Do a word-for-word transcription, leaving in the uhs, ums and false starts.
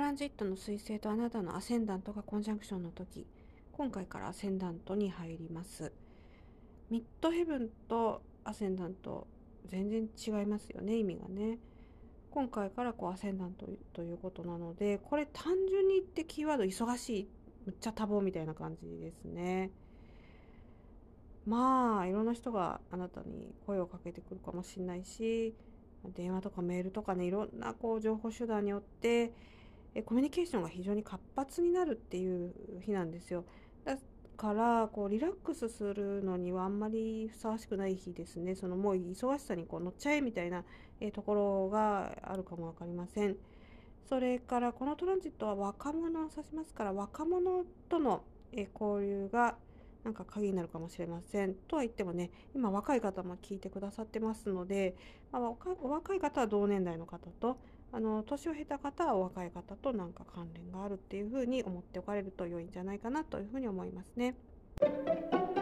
ランジットの彗星とあなたのアセンダントがコンジャンクションの時、今回からアセンダントに入ります。ミッドヘブンとアセンダント全然違いますよね、意味がね。今回からこうアセンダントということなので、これ単純に言ってキーワード忙しい、むっちゃ多忙みたいな感じですね。まあいろんな人があなたに声をかけてくるかもしれないし、電話とかメールとかね、いろんなこう情報手段によってえコミュニケーションが非常に活発になるっていう日なんですよ。だからこうリラックスするのにはあんまりふさわしくない日ですね。そのもう忙しさにこう乗っちゃえみたいなえところがあるかもわかりません。それからこのトランジットは若者を指しますから、若者とのえ交流がなんか鍵になるかもしれません。とは言ってもね、今若い方も聞いてくださってますので、まあ、若いお若い方は同年代の方と、あの年を経た方はお若い方となんか関連があるっていうふうに思っておかれると良いんじゃないかなというふうに思いますね。